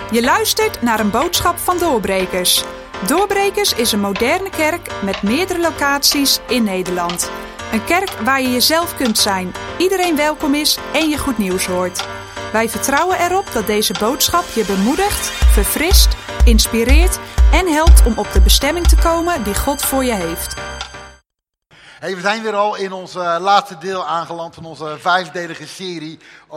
Je luistert naar een boodschap van Doorbrekers. Doorbrekers is een moderne kerk met meerdere locaties in Nederland. Een kerk waar je jezelf kunt zijn, iedereen welkom is en je goed nieuws hoort. Wij vertrouwen erop dat deze boodschap je bemoedigt, verfrist, inspireert en helpt om op de bestemming te komen die God voor je heeft. Hey, we zijn weer al in ons laatste deel aangeland van onze 5-delige serie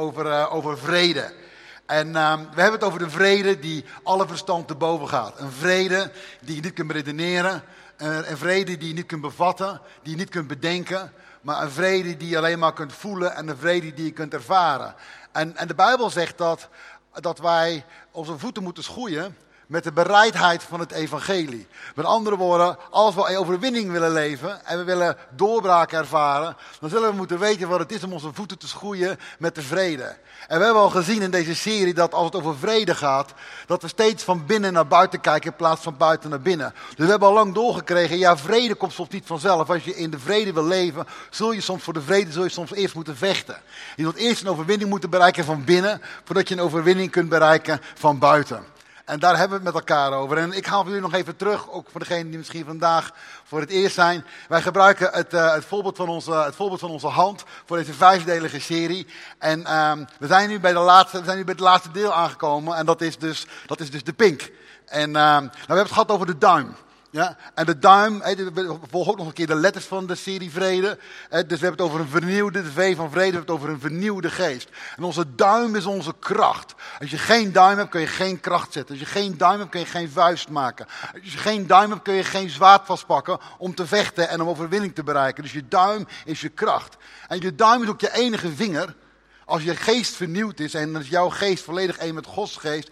over vrede. En we hebben het over de vrede die alle verstand te boven gaat. Een vrede die je niet kunt redeneren. Een vrede die je niet kunt bevatten, die je niet kunt bedenken. Maar een vrede die je alleen maar kunt voelen en een vrede die je kunt ervaren. En de Bijbel zegt dat wij onze voeten moeten schoeien met de bereidheid van het evangelie. Met andere woorden, als we overwinning willen leven en we willen doorbraak ervaren, dan zullen we moeten weten wat het is om onze voeten te schoeien met de vrede. En we hebben al gezien in deze serie dat als het over vrede gaat, dat we steeds van binnen naar buiten kijken in plaats van buiten naar binnen. Dus we hebben al lang doorgekregen, ja, vrede komt soms niet vanzelf. Als je in de vrede wil leven, zul je soms voor de vrede soms eerst moeten vechten. Je zult eerst een overwinning moeten bereiken van binnen, voordat je een overwinning kunt bereiken van buiten. En daar hebben we het met elkaar over. En ik ga voor jullie nog even terug, ook voor degenen die misschien vandaag voor het eerst zijn. Wij gebruiken het voorbeeld van onze hand voor deze 5-delige serie. En we zijn nu bij het laatste deel aangekomen en dat is dus de pink. En we hebben het gehad over de duim. Ja, en de duim, we volgen ook nog een keer de letters van de serie vrede. Dus we hebben het over een vernieuwde, de V van vrede, we hebben het over een vernieuwde geest. En onze duim is onze kracht. Als je geen duim hebt, kun je geen kracht zetten. Als je geen duim hebt, kun je geen vuist maken. Als je geen duim hebt, kun je geen zwaard vastpakken om te vechten en om overwinning te bereiken. Dus je duim is je kracht. En je duim is ook je enige vinger. Als je geest vernieuwd is en als jouw geest volledig één met Gods geest,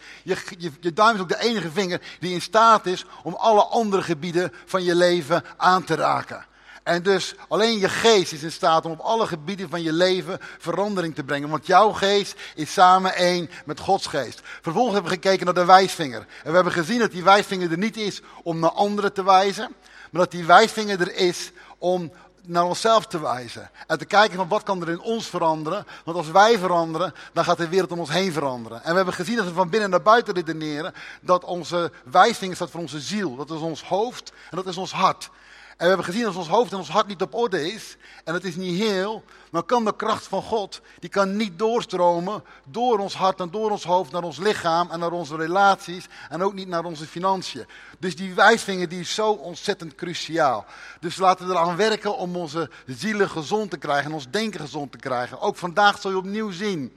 je duim is ook de enige vinger die in staat is om alle andere gebieden van je leven aan te raken. En dus alleen je geest is in staat om op alle gebieden van je leven verandering te brengen. Want jouw geest is samen één met Gods geest. Vervolgens hebben we gekeken naar de wijsvinger. En we hebben gezien dat die wijsvinger er niet is om naar anderen te wijzen, maar dat die wijsvinger er is om naar onszelf te wijzen. En te kijken van wat kan er in ons veranderen. Want als wij veranderen, dan gaat de wereld om ons heen veranderen. En we hebben gezien dat we van binnen naar buiten redeneren. Dat onze wijsvinger staat voor onze ziel. Dat is ons hoofd en dat is ons hart. En we hebben gezien dat ons hoofd en ons hart niet op orde is. En het is niet heel. Maar kan de kracht van God, die kan niet doorstromen door ons hart en door ons hoofd naar ons lichaam en naar onze relaties. En ook niet naar onze financiën. Dus die wijsvinger die is zo ontzettend cruciaal. Dus laten we eraan werken om onze zielen gezond te krijgen en ons denken gezond te krijgen. Ook vandaag zul je opnieuw zien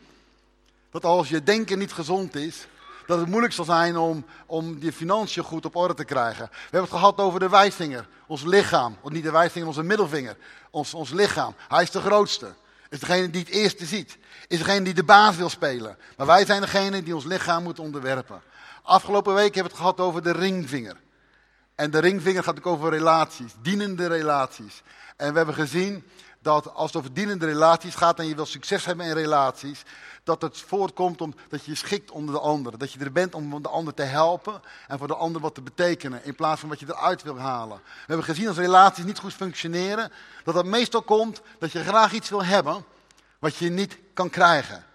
dat als je denken niet gezond is, dat het moeilijk zal zijn om je financiën goed op orde te krijgen. We hebben het gehad over de wijsvinger, ons lichaam. Of niet de wijsvinger, onze middelvinger. Ons lichaam. Hij is de grootste. Is degene die het eerste ziet. Is degene die de baas wil spelen. Maar wij zijn degene die ons lichaam moeten onderwerpen. Afgelopen week hebben we het gehad over de ringvinger. En de ringvinger gaat ook over relaties. Dienende relaties. En we hebben gezien dat als het over dienende relaties gaat en je wil succes hebben in relaties, dat het voortkomt omdat je je schikt onder de ander. Dat je er bent om de ander te helpen en voor de ander wat te betekenen, in plaats van wat je eruit wil halen. We hebben gezien als relaties niet goed functioneren, dat meestal komt dat je graag iets wil hebben wat je niet kan krijgen.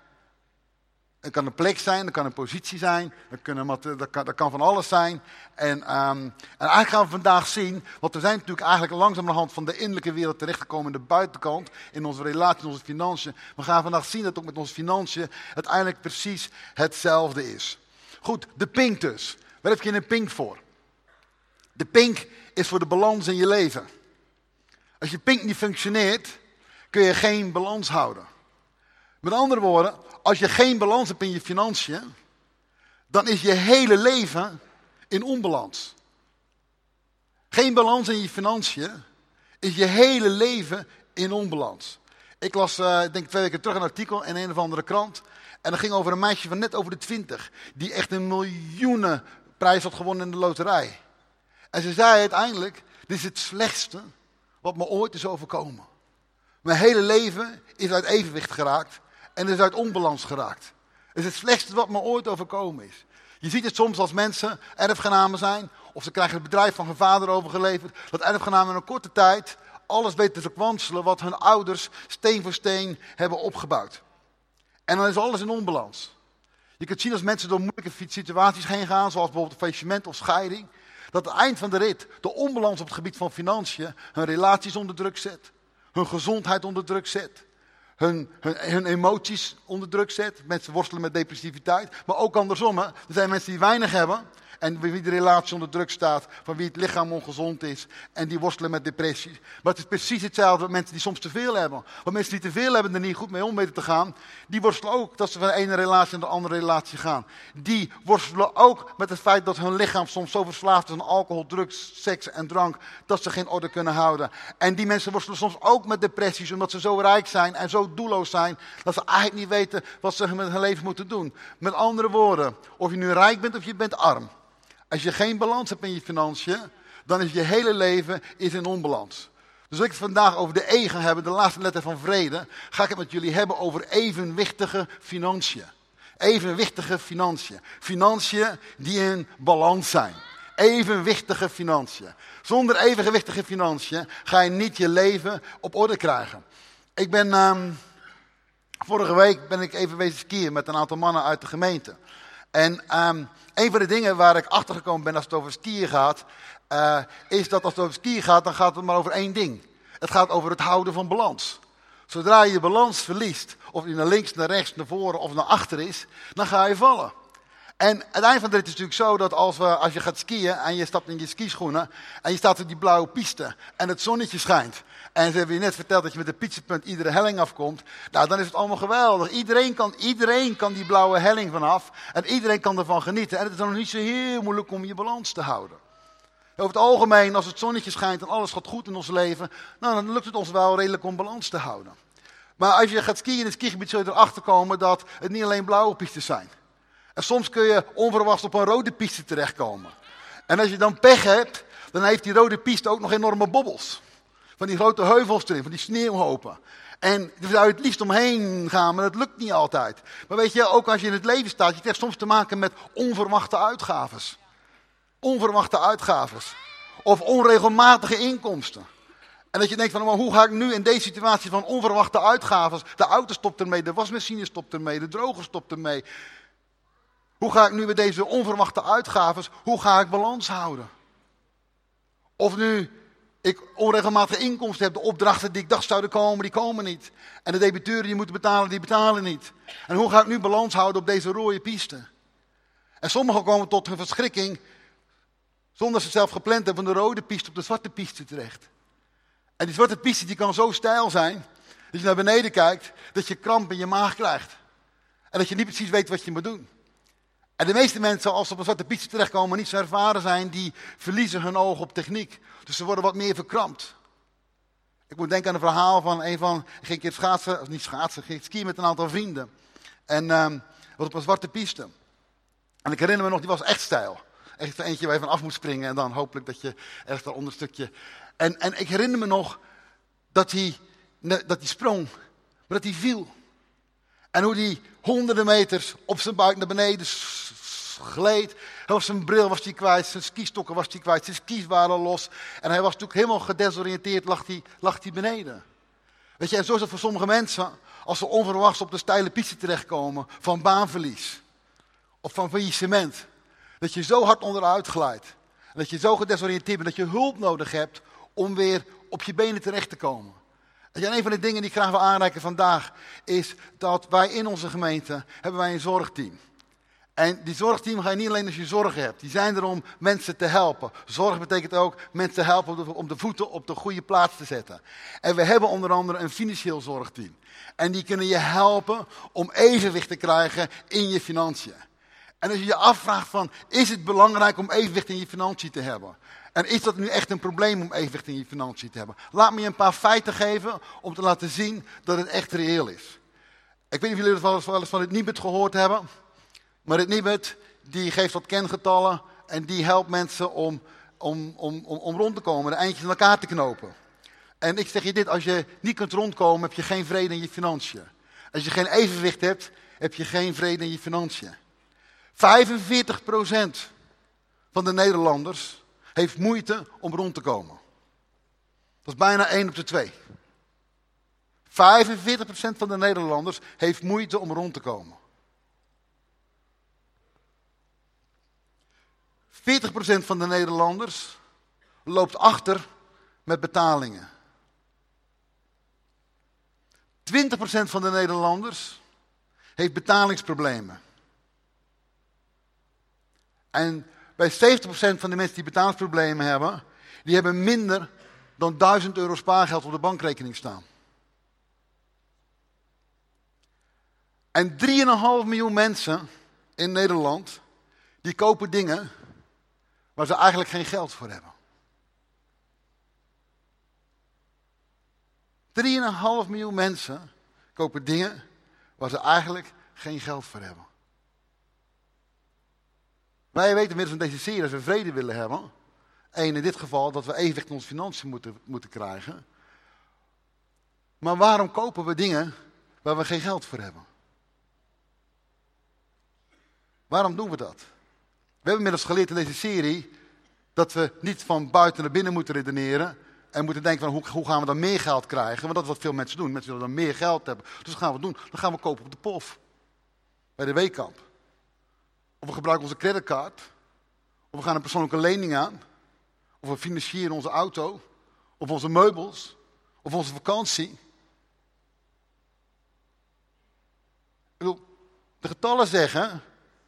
Het kan een plek zijn, het kan een positie zijn, dat kan van alles zijn. En eigenlijk gaan we vandaag zien, want we zijn natuurlijk eigenlijk langzamerhand van de innerlijke wereld terechtgekomen in de buitenkant, in onze relatie, in onze financiën. We gaan vandaag zien dat ook met onze financiën uiteindelijk precies hetzelfde is. Goed, de pink dus. Waar heb je een pink voor? De pink is voor de balans in je leven. Als je pink niet functioneert, kun je geen balans houden. Met andere woorden, als je geen balans hebt in je financiën, dan is je hele leven in onbalans. Geen balans in je financiën, is je hele leven in onbalans. Ik las, ik denk 2 weken terug een artikel in een of andere krant. En dat ging over een meisje van net over de 20, die echt een miljoenenprijs had gewonnen in de loterij. En ze zei uiteindelijk, dit is het slechtste wat me ooit is overkomen. Mijn hele leven is uit evenwicht geraakt. En is uit onbalans geraakt. Het is het slechtste wat me ooit overkomen is. Je ziet het soms als mensen erfgenamen zijn. Of ze krijgen het bedrijf van hun vader overgeleverd. Dat erfgenamen in een korte tijd alles weten te verkwanselen wat hun ouders steen voor steen hebben opgebouwd. En dan is alles in onbalans. Je kunt zien als mensen door moeilijke situaties heen gaan, zoals bijvoorbeeld een faillissement of scheiding, dat aan het eind van de rit de onbalans op het gebied van financiën hun relaties onder druk zet, hun gezondheid onder druk zet, hun emoties onder druk zet. Mensen worstelen met depressiviteit, maar ook andersom. Hè. Er zijn mensen die weinig hebben en wie de relatie onder druk staat, van wie het lichaam ongezond is en die worstelen met depressie. Maar het is precies hetzelfde met mensen die soms te veel hebben. Want mensen die te veel hebben en er niet goed mee om weten te gaan, die worstelen ook dat ze van de ene relatie naar de andere relatie gaan. Die worstelen ook met het feit dat hun lichaam soms zo verslaafd is aan alcohol, drugs, seks en drank, dat ze geen orde kunnen houden. En die mensen worstelen soms ook met depressies, omdat ze zo rijk zijn en zo doelloos zijn, dat ze eigenlijk niet weten wat ze met hun leven moeten doen. Met andere woorden, of je nu rijk bent of je bent arm. Als je geen balans hebt in je financiën, dan is je hele leven in onbalans. Dus als ik het vandaag over de E ga hebben, de laatste letter van vrede, ga ik het met jullie hebben over evenwichtige financiën. Evenwichtige financiën. Financiën die in balans zijn. Evenwichtige financiën. Zonder evenwichtige financiën ga je niet je leven op orde krijgen. Vorige week ben ik even wezen skiën met een aantal mannen uit de gemeente. En een van de dingen waar ik achter gekomen ben als het over skiën gaat, is dat als het over skiën gaat, dan gaat het maar over één ding. Het gaat over het houden van balans. Zodra je balans verliest, of die naar links, naar rechts, naar voren of naar achter is, dan ga je vallen. En het eind van de rit is natuurlijk zo dat als je gaat skiën en je stapt in je skischoenen en je staat op die blauwe piste en het zonnetje schijnt. En ze hebben je net verteld dat je met de pizzapunt iedere helling afkomt. Nou, dan is het allemaal geweldig. Iedereen kan die blauwe helling vanaf. En iedereen kan ervan genieten. En het is dan nog niet zo heel moeilijk om je balans te houden. Over het algemeen, als het zonnetje schijnt en alles gaat goed in ons leven, nou, dan lukt het ons wel redelijk om balans te houden. Maar als je gaat skiën in het skigebied, zul je erachter komen dat het niet alleen blauwe pistes zijn. En soms kun je onverwachts op een rode piste terechtkomen. En als je dan pech hebt, dan heeft die rode piste ook nog enorme bobbels. Van die grote heuvels erin, van die sneeuwhopen. En daar zou je het liefst omheen gaan, maar dat lukt niet altijd. Maar weet je, ook als je in het leven staat, je krijgt soms te maken met onverwachte uitgaves. Onverwachte uitgaves. Of onregelmatige inkomsten. En dat je denkt van, maar hoe ga ik nu in deze situatie van onverwachte uitgaves, de auto stopt ermee, de wasmachine stopt ermee, de droger stopt ermee. Hoe ga ik nu met deze onverwachte uitgaves, hoe ga ik balans houden? Of nu ik onregelmatige inkomsten heb, de opdrachten die ik dacht zouden komen, die komen niet. En de debiteuren die moeten betalen, die betalen niet. En hoe ga ik nu balans houden op deze rode piste? En sommigen komen tot hun verschrikking, zonder ze het zelf gepland hebben, van de rode piste op de zwarte piste terecht. En die zwarte piste die kan zo steil zijn, dat je naar beneden kijkt, dat je kramp in je maag krijgt. En dat je niet precies weet wat je moet doen. En de meeste mensen, als ze op een zwarte piste terechtkomen, niet zo ervaren zijn, die verliezen hun oog op techniek. Dus ze worden wat meer verkrampt. Ik moet denken aan een verhaal van ik ging een keer schaatsen, of niet schaatsen, ging skiën met een aantal vrienden. En was op een zwarte piste. En ik herinner me nog, die was echt steil. Echt eentje waar je van af moet springen en dan hopelijk dat je ergens daaronder een stukje. En ik herinner me nog dat hij sprong, maar dat hij viel. En hoe hij honderden meters op zijn buik naar beneden gleed. Zijn bril was hij kwijt, zijn skistokken was hij kwijt, zijn skis waren los. En hij was natuurlijk helemaal gedesoriënteerd, lag hij beneden. Weet je, en zo is het voor sommige mensen, als ze onverwachts op de steile piste terechtkomen, van baanverlies. Of van faillissement. Dat je zo hard onderuit glijdt. En dat je zo gedesoriënteerd bent, dat je hulp nodig hebt om weer op je benen terecht te komen. En een van de dingen die ik graag wil aanreiken vandaag is dat wij in onze gemeente hebben wij een zorgteam. En die zorgteam ga je niet alleen als je zorgen hebt. Die zijn er om mensen te helpen. Zorg betekent ook mensen helpen om de voeten op de goede plaats te zetten. En we hebben onder andere een financieel zorgteam. En die kunnen je helpen om evenwicht te krijgen in je financiën. En als je je afvraagt van, is het belangrijk om evenwicht in je financiën te hebben? En is dat nu echt een probleem om evenwicht in je financiën te hebben? Laat me je een paar feiten geven om te laten zien dat het echt reëel is. Ik weet niet of jullie wel eens van het Nibud gehoord hebben. Maar het Nibud die geeft wat kengetallen en die helpt mensen om rond te komen, de eindjes aan elkaar te knopen. En ik zeg je dit, als je niet kunt rondkomen, heb je geen vrede in je financiën. Als je geen evenwicht hebt, heb je geen vrede in je financiën. 45% van de Nederlanders heeft moeite om rond te komen. Dat is bijna 1 op de 2. 45% van de Nederlanders heeft moeite om rond te komen. 40% van de Nederlanders loopt achter met betalingen. 20% van de Nederlanders heeft betalingsproblemen. En bij 70% van de mensen die betalingsproblemen hebben, die hebben minder dan €1000 spaargeld op de bankrekening staan. En 3,5 miljoen mensen in Nederland, die kopen dingen waar ze eigenlijk geen geld voor hebben. 3,5 miljoen mensen kopen dingen waar ze eigenlijk geen geld voor hebben. Wij weten inmiddels van deze serie dat we vrede willen hebben. En in dit geval dat we evenwicht in onze financiën moeten krijgen. Maar waarom kopen we dingen waar we geen geld voor hebben? Waarom doen we dat? We hebben inmiddels geleerd in deze serie dat we niet van buiten naar binnen moeten redeneren. En moeten denken van hoe gaan we dan meer geld krijgen? Want dat is wat veel mensen doen. Mensen willen dan meer geld hebben. Dus wat gaan we doen? Dan gaan we kopen op de POF. Bij de Weekamp. Of we gebruiken onze creditcard. Of we gaan een persoonlijke lening aan. Of we financieren onze auto. Of onze meubels. Of onze vakantie. Ik bedoel, de getallen zeggen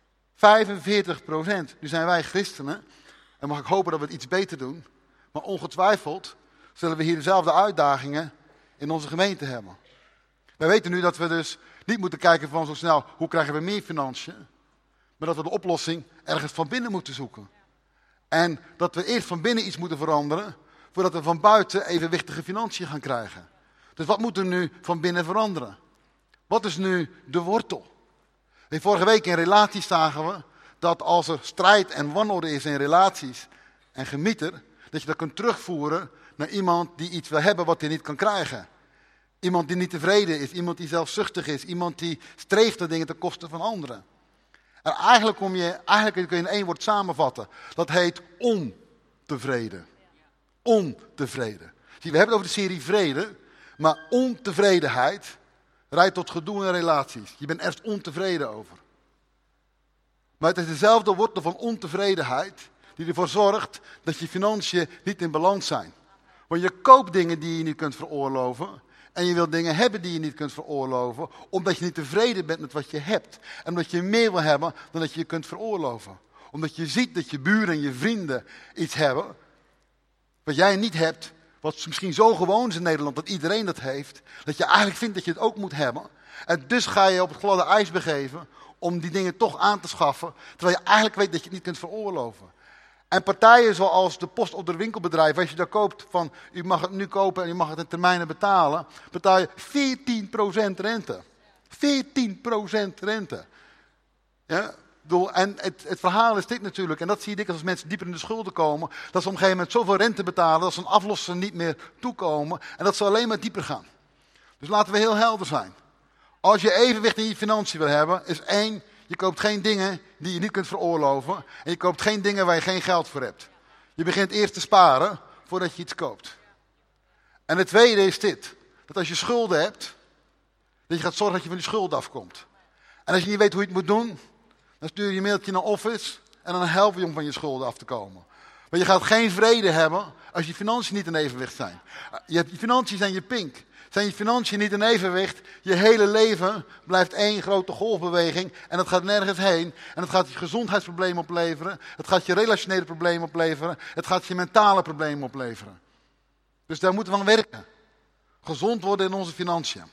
45%. Nu zijn wij christenen. En mag ik hopen dat we het iets beter doen. Maar ongetwijfeld zullen we hier dezelfde uitdagingen in onze gemeente hebben. Wij weten nu dat we dus niet moeten kijken van zo snel hoe krijgen we meer financiën. Maar dat we de oplossing ergens van binnen moeten zoeken. En dat we eerst van binnen iets moeten veranderen, voordat we van buiten evenwichtige financiën gaan krijgen. Dus wat moet er nu van binnen veranderen? Wat is nu de wortel? Vorige week in relaties zagen we dat als er strijd en wanorde is in relaties en gemieter, dat je dat kunt terugvoeren naar iemand die iets wil hebben wat hij niet kan krijgen. Iemand die niet tevreden is, iemand die zelfzuchtig is, iemand die streeft naar dingen ten koste van anderen. En eigenlijk kun je in één woord samenvatten. Dat heet ontevreden. Ontevreden. Zie, we hebben het over de serie vrede, maar ontevredenheid leidt tot gedoe in relaties. Je bent ergens ontevreden over. Maar het is dezelfde wortel van ontevredenheid die ervoor zorgt dat je financiën niet in balans zijn. Want je koopt dingen die je niet kunt veroorloven. En je wilt dingen hebben die je niet kunt veroorloven. Omdat je niet tevreden bent met wat je hebt. En omdat je meer wil hebben dan dat je kunt veroorloven. Omdat je ziet dat je buren en je vrienden iets hebben. Wat jij niet hebt. Wat misschien zo gewoon is in Nederland dat iedereen dat heeft. Dat je eigenlijk vindt dat je het ook moet hebben. En dus ga je op het gladde ijs begeven. Om die dingen toch aan te schaffen. Terwijl je eigenlijk weet dat je het niet kunt veroorloven. En partijen zoals de post- of de winkelbedrijf, als je daar koopt van, u mag het nu kopen en u mag het in termijnen betalen, betaal je 14% rente. 14% rente. Ja? En het verhaal is dit natuurlijk, en dat zie je als mensen dieper in de schulden komen, dat ze op een gegeven moment zoveel rente betalen, dat ze een aflossen niet meer toekomen, en dat ze alleen maar dieper gaan. Dus laten we heel helder zijn. Als je evenwicht in je financiën wil hebben, is 1... Je koopt geen dingen die je niet kunt veroorloven. En je koopt geen dingen waar je geen geld voor hebt. Je begint eerst te sparen voordat je iets koopt. En het tweede is dit. Dat als je schulden hebt, dat je gaat zorgen dat je van die schulden afkomt. En als je niet weet hoe je het moet doen, dan stuur je een mailtje naar Office en dan helpen je om van je schulden af te komen. Maar je gaat geen vrede hebben als je financiën niet in evenwicht zijn. Je financiën zijn je pink. Zijn je financiën niet in evenwicht, je hele leven blijft één grote golfbeweging en dat gaat nergens heen. En dat gaat je gezondheidsproblemen opleveren, het gaat je relationele problemen opleveren, het gaat je mentale problemen opleveren. Dus daar moeten we aan werken. Gezond worden in onze financiën.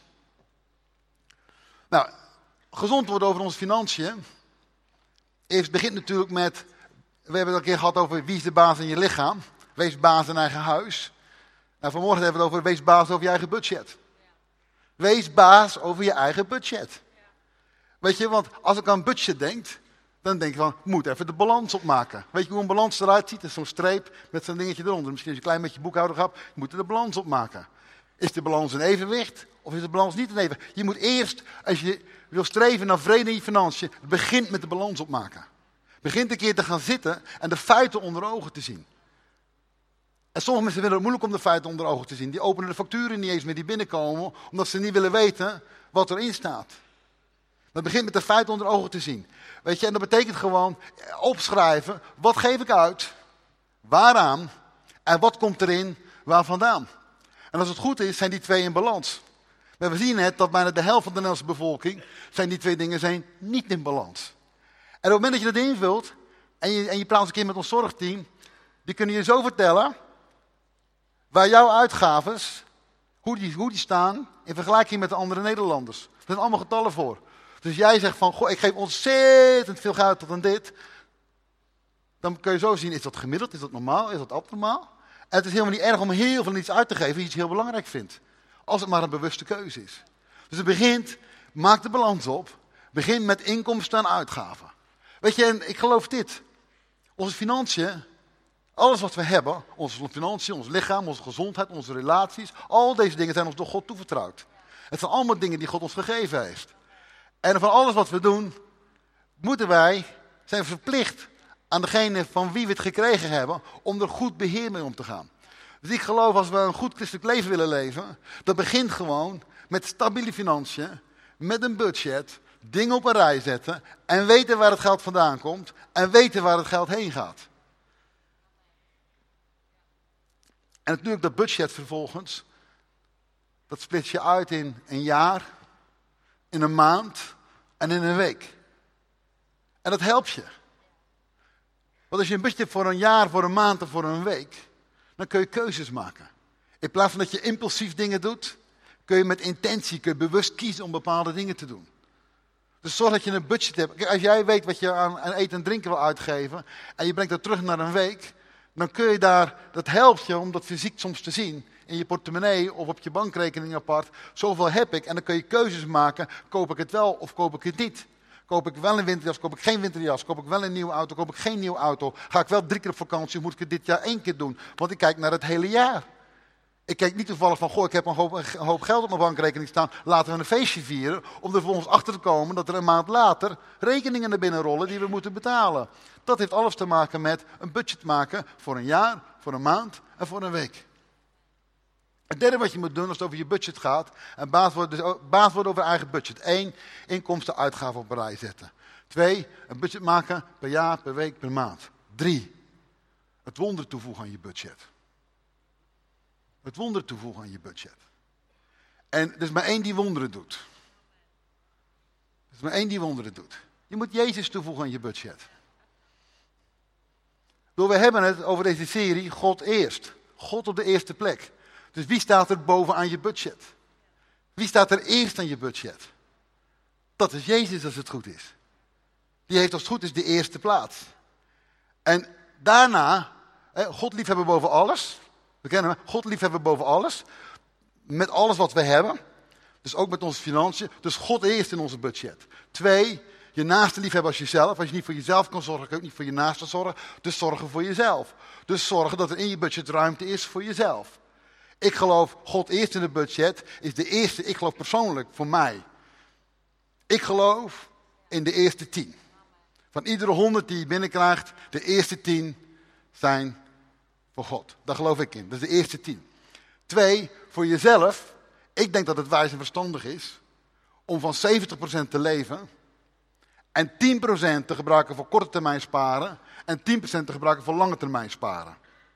Nou, gezond worden over onze financiën, begint natuurlijk met, we hebben het een keer gehad over wie is de baas in je lichaam. Wees baas in eigen huis. Nou, vanmorgen hebben we het over wees baas over je eigen budget. Wees baas over je eigen budget. Weet je, want als ik aan budget denk, dan denk ik van, moet even de balans opmaken. Weet je hoe een balans eruit ziet? Dat is zo'n streep met zo'n dingetje eronder. Misschien als je een klein beetje boekhouder hebt, je moet er de balans opmaken. Is de balans in evenwicht of is de balans niet in evenwicht? Je moet eerst, als je wil streven naar vrede in je financiën, begint met de balans opmaken. Begint een keer te gaan zitten en de feiten onder ogen te zien. En sommige mensen vinden het moeilijk om de feiten onder ogen te zien. Die openen de facturen niet eens meer die binnenkomen, omdat ze niet willen weten wat erin staat. Maar het begint met de feiten onder ogen te zien. Weet je, en dat betekent gewoon opschrijven, wat geef ik uit, waaraan en wat komt erin, waar vandaan. En als het goed is, zijn die twee in balans. Maar we zien net dat bijna de helft van de Nederlandse bevolking, zijn die twee dingen niet in balans. En op het moment dat je dat invult, en je praat eens een keer met ons zorgteam, die kunnen je zo vertellen, waar jouw uitgaves, hoe die staan, in vergelijking met de andere Nederlanders. Er zijn allemaal getallen voor. Dus jij zegt van, goh, ik geef ontzettend veel geld tot aan dit. Dan kun je zo zien, is dat gemiddeld, is dat normaal, is dat abnormaal? En het is helemaal niet erg om heel veel iets uit te geven, die je iets heel belangrijk vindt. Als het maar een bewuste keuze is. Dus het begint, maak de balans op. Begin met inkomsten en uitgaven. Weet je, en ik geloof dit. Onze financiën, alles wat we hebben, onze financiën, ons lichaam, onze gezondheid, onze relaties, al deze dingen zijn ons door God toevertrouwd. Het zijn allemaal dingen die God ons gegeven heeft. En van alles wat we doen, zijn we verplicht aan degene van wie we het gekregen hebben, om er goed beheer mee om te gaan. Dus ik geloof, als we een goed christelijk leven willen leven, dat begint gewoon met stabiele financiën, met een budget, dingen op een rij zetten en weten waar het geld vandaan komt en weten waar het geld heen gaat. En natuurlijk dat budget vervolgens, dat splits je uit in een jaar, in een maand en in een week. En dat helpt je. Want als je een budget hebt voor een jaar, voor een maand of voor een week, dan kun je keuzes maken. In plaats van dat je impulsief dingen doet, kun je met intentie, kun je bewust kiezen om bepaalde dingen te doen. Dus zorg dat je een budget hebt. Kijk, als jij weet wat je aan eten en drinken wil uitgeven en je brengt dat terug naar een week, dan kun je dat helpt je om dat fysiek soms te zien in je portemonnee of op je bankrekening apart. Zoveel heb ik en dan kun je keuzes maken, koop ik het wel of koop ik het niet. Koop ik wel een winterjas, koop ik geen winterjas, koop ik wel een nieuwe auto, koop ik geen nieuwe auto. Ga ik wel 3 keer op vakantie of moet ik het dit jaar 1 keer doen? Want ik kijk naar het hele jaar. Ik kijk niet toevallig van, ik heb een hoop geld op mijn bankrekening staan, laten we een feestje vieren. Om er vervolgens achter te komen dat er een maand later rekeningen naar binnen rollen die we moeten betalen. Dat heeft alles te maken met een budget maken voor een jaar, voor een maand en voor een week. Het derde wat je moet doen als het over je budget gaat, en baas worden over eigen budget. 1, inkomsten, uitgaven op een rij zetten. 2, een budget maken per jaar, per week, per maand. 3, het wonder toevoegen aan je budget. Het wonder toevoegen aan je budget. En er is maar één die wonderen doet. Er is maar één die wonderen doet. Je moet Jezus toevoegen aan je budget. We hebben het over deze serie God eerst. God op de eerste plek. Dus wie staat er bovenaan je budget? Wie staat er eerst aan je budget? Dat is Jezus als het goed is. Die heeft als het goed is de eerste plaats. En daarna, God liefhebben boven alles. We kennen hem, God liefhebben boven alles. Met alles wat we hebben. Dus ook met onze financiën. Dus God eerst in onze budget. 2, je naaste liefhebben als jezelf. Als je niet voor jezelf kan zorgen, kun je ook niet voor je naaste zorgen. Dus zorgen voor jezelf. Dus zorgen dat er in je budget ruimte is voor jezelf. Ik geloof, God eerst in het budget is de eerste, ik geloof persoonlijk voor mij. Ik geloof in de eerste 10. Van iedere 100 die je binnenkrijgt, de eerste 10 zijn voor God. Daar geloof ik in, dat is de eerste 10. 2, voor jezelf. Ik denk dat het wijs en verstandig is om van 70% te leven en 10% te gebruiken voor korte termijn sparen en 10% te gebruiken voor lange termijn sparen.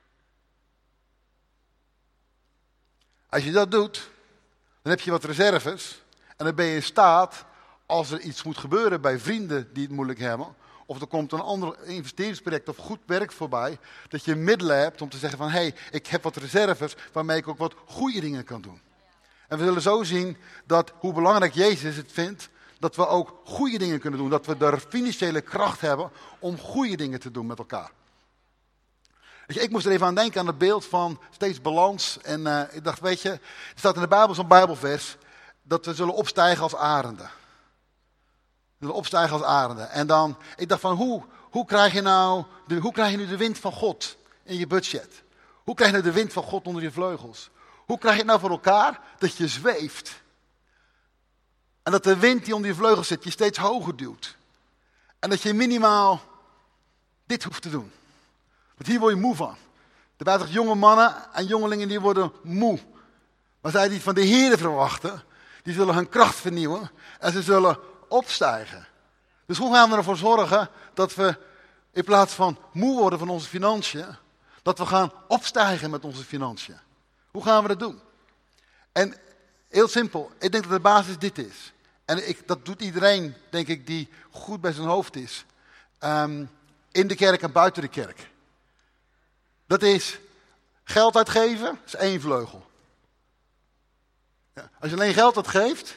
Als je dat doet, dan heb je wat reserves en dan ben je in staat, als er iets moet gebeuren bij vrienden die het moeilijk hebben, of er komt een ander investeringsproject of goed werk voorbij, dat je middelen hebt om te zeggen van, hé, ik heb wat reserves waarmee ik ook wat goede dingen kan doen. En we zullen zo zien dat hoe belangrijk Jezus het vindt, dat we ook goede dingen kunnen doen. Dat we de financiële kracht hebben om goede dingen te doen met elkaar. Ik moest er even aan denken aan het beeld van steeds balans. En ik dacht, weet je, er staat in de Bijbel zo'n Bijbelvers, dat we zullen opstijgen als arenden. We zullen opstijgen als arenden. En dan, ik dacht van, hoe krijg je nu de wind van God in je budget? Hoe krijg je nou de wind van God onder je vleugels? Hoe krijg je het nou voor elkaar dat je zweeft? En dat de wind die onder je vleugels zit je steeds hoger duwt. En dat je minimaal dit hoeft te doen. Want hier word je moe van. Er waren toch jonge mannen en jongelingen die worden moe. Maar zij die van de Heer verwachten, die zullen hun kracht vernieuwen en ze zullen opstijgen. Dus hoe gaan we ervoor zorgen dat we in plaats van moe worden van onze financiën, dat we gaan opstijgen met onze financiën? Hoe gaan we dat doen? En heel simpel, ik denk dat de basis dit is. En dat doet iedereen, denk ik, die goed bij zijn hoofd is. In de kerk en buiten de kerk. Dat is geld uitgeven, is 1 vleugel. Ja, als je alleen geld uitgeeft,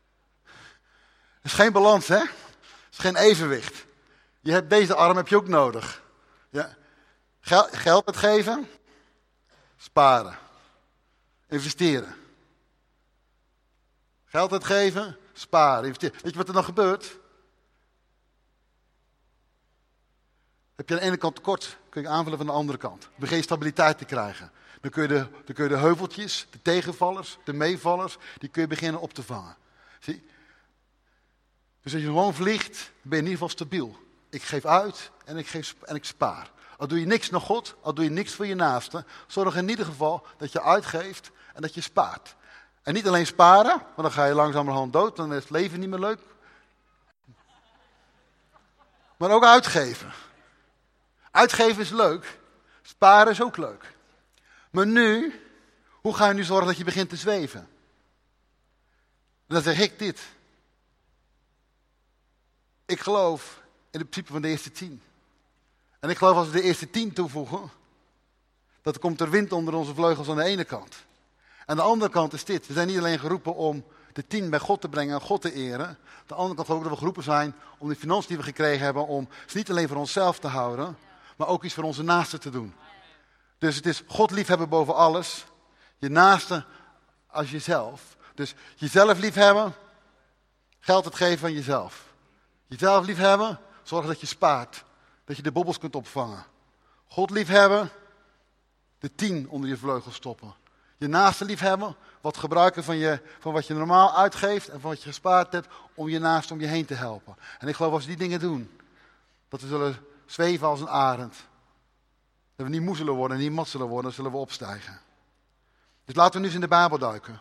is geen balans, hè? Is geen evenwicht. Je hebt deze arm heb je ook nodig. Ja. Geld uitgeven, sparen, investeren. Geld uitgeven, sparen, investeren. Weet je wat er dan gebeurt? Heb je aan de ene kant tekort, kun je aanvullen van de andere kant. Dan begin je stabiliteit te krijgen. Dan kun je de heuveltjes, de tegenvallers, de meevallers, die kun je beginnen op te vangen. Zie? Dus als je gewoon vliegt, ben je in ieder geval stabiel. Ik geef uit en ik spaar. Al doe je niks naar God, al doe je niks voor je naaste, zorg in ieder geval dat je uitgeeft en dat je spaart. En niet alleen sparen, want dan ga je langzamerhand dood, dan is het leven niet meer leuk. Maar ook uitgeven. Uitgeven is leuk, sparen is ook leuk. Maar nu, hoe ga je nu zorgen dat je begint te zweven? En dan zeg ik dit. Ik geloof in het principe van de eerste 10. En ik geloof als we de eerste 10 toevoegen, dat er komt er wind onder onze vleugels aan de ene kant. En de andere kant is dit. We zijn niet alleen geroepen om de 10 bij God te brengen en God te eren. Aan de andere kant geloof ik dat we geroepen zijn om de financiën die we gekregen hebben, om ze niet alleen voor onszelf te houden, maar ook iets voor onze naasten te doen. Dus het is God liefhebben boven alles. Je naaste als jezelf. Dus jezelf liefhebben, geld het geven aan jezelf. Jezelf liefhebben, zorg dat je spaart. Dat je de bobbels kunt opvangen. God liefhebben, de 10 onder je vleugel stoppen. Je naaste liefhebben, wat gebruiken van wat je normaal uitgeeft en van wat je gespaard hebt om je naaste om je heen te helpen. En ik geloof als we die dingen doen, dat we zullen zweven als een arend. Dat we niet moe zullen worden en niet mat zullen worden, dan zullen we opstijgen. Dus laten we nu eens in de Bijbel duiken.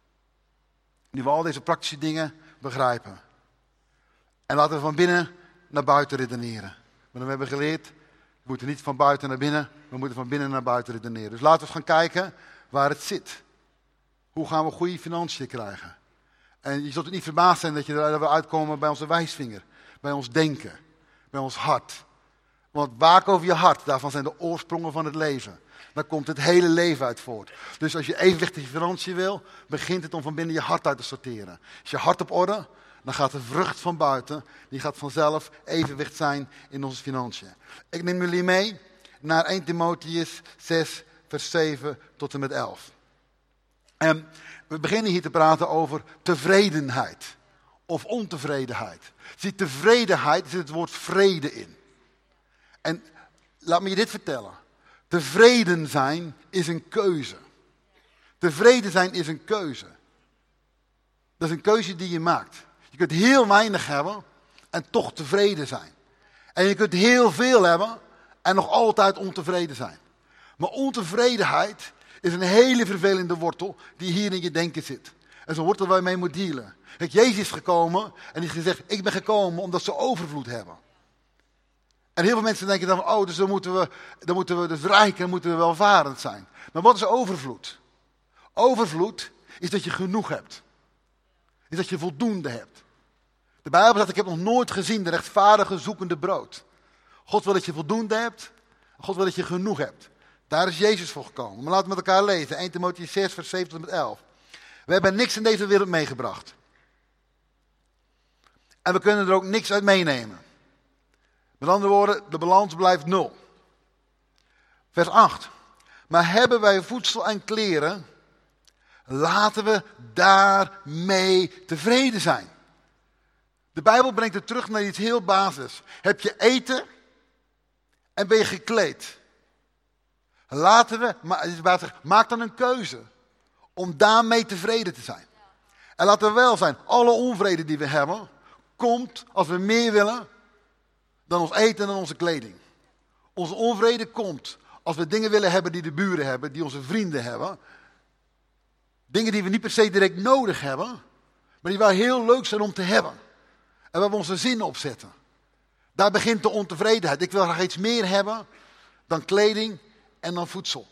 Nu we al deze praktische dingen begrijpen. En laten we van binnen naar buiten redeneren. Maar we hebben geleerd, we moeten niet van buiten naar binnen, we moeten van binnen naar buiten redeneren. Dus laten we eens gaan kijken waar het zit. Hoe gaan we goede financiën krijgen? En je zult het niet verbaasd zijn dat we uitkomen bij onze wijsvinger. Bij ons denken. Bij ons hart. Want waak over je hart, daarvan zijn de oorsprongen van het leven. Daar komt het hele leven uit voort. Dus als je evenwichtige financiën wil, begint het om van binnen je hart uit te sorteren. Is je hart op orde, dan gaat de vrucht van buiten, die gaat vanzelf evenwicht zijn in onze financiën. Ik neem jullie mee naar 1 Timotheüs 6, vers 7 tot en met 11. En we beginnen hier te praten over tevredenheid of ontevredenheid. Zie, tevredenheid zit het woord vrede in. En laat me je dit vertellen. Tevreden zijn is een keuze. Tevreden zijn is een keuze. Dat is een keuze die je maakt. Je kunt heel weinig hebben en toch tevreden zijn. En je kunt heel veel hebben en nog altijd ontevreden zijn. Maar ontevredenheid is een hele vervelende wortel die hier in je denken zit. En zo'n wortel waar je mee moet dealen. Kijk, Jezus is gekomen en die heeft gezegd, ik ben gekomen omdat ze overvloed hebben. En heel veel mensen denken dan, oh, dus dan moeten we dus rijk en moeten we welvarend zijn. Maar wat is overvloed? Overvloed is dat je genoeg hebt. Is dat je voldoende hebt. De Bijbel zegt, ik heb nog nooit gezien de rechtvaardige zoekende brood. God wil dat je voldoende hebt. God wil dat je genoeg hebt. Daar is Jezus voor gekomen. Maar laten we met elkaar lezen. 1 Timotheüs 6, vers 7 tot met 11. We hebben niks in deze wereld meegebracht. En we kunnen er ook niks uit meenemen. Met andere woorden, de balans blijft 0. Vers 8. Maar hebben wij voedsel en kleren, laten we daarmee tevreden zijn. De Bijbel brengt het terug naar iets heel basis. Heb je eten en ben je gekleed? Laten we, maak dan een keuze om daarmee tevreden te zijn. En laten we wel zijn, alle onvrede die we hebben, komt als we meer willen dan ons eten en dan onze kleding. Onze onvrede komt als we dingen willen hebben die de buren hebben, die onze vrienden hebben. Dingen die we niet per se direct nodig hebben, maar die wel heel leuk zijn om te hebben. En waar we onze zin op zetten. Daar begint de ontevredenheid. Ik wil graag iets meer hebben dan kleding en dan voedsel.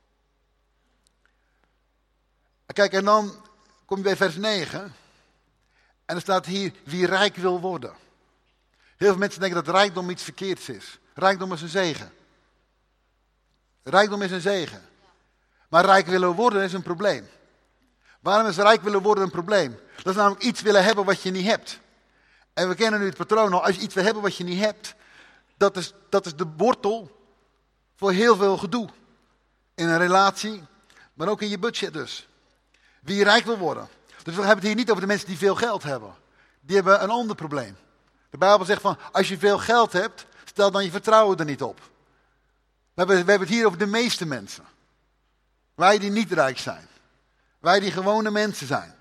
Kijk, en dan kom je bij vers 9. En er staat hier, wie rijk wil worden. Heel veel mensen denken dat rijkdom iets verkeerds is. Rijkdom is een zegen. Rijkdom is een zegen. Maar rijk willen worden is een probleem. Waarom is rijk willen worden een probleem? Dat is namelijk iets willen hebben wat je niet hebt. En we kennen nu het patroon al. Als je iets wil hebben wat je niet hebt, dat is de wortel voor heel veel gedoe. In een relatie, maar ook in je budget dus. Wie rijk wil worden. Dus we hebben het hier niet over de mensen die veel geld hebben. Die hebben een ander probleem. De Bijbel zegt van, als je veel geld hebt, stel dan je vertrouwen er niet op. We hebben het hier over de meeste mensen. Wij die niet rijk zijn. Wij die gewone mensen zijn.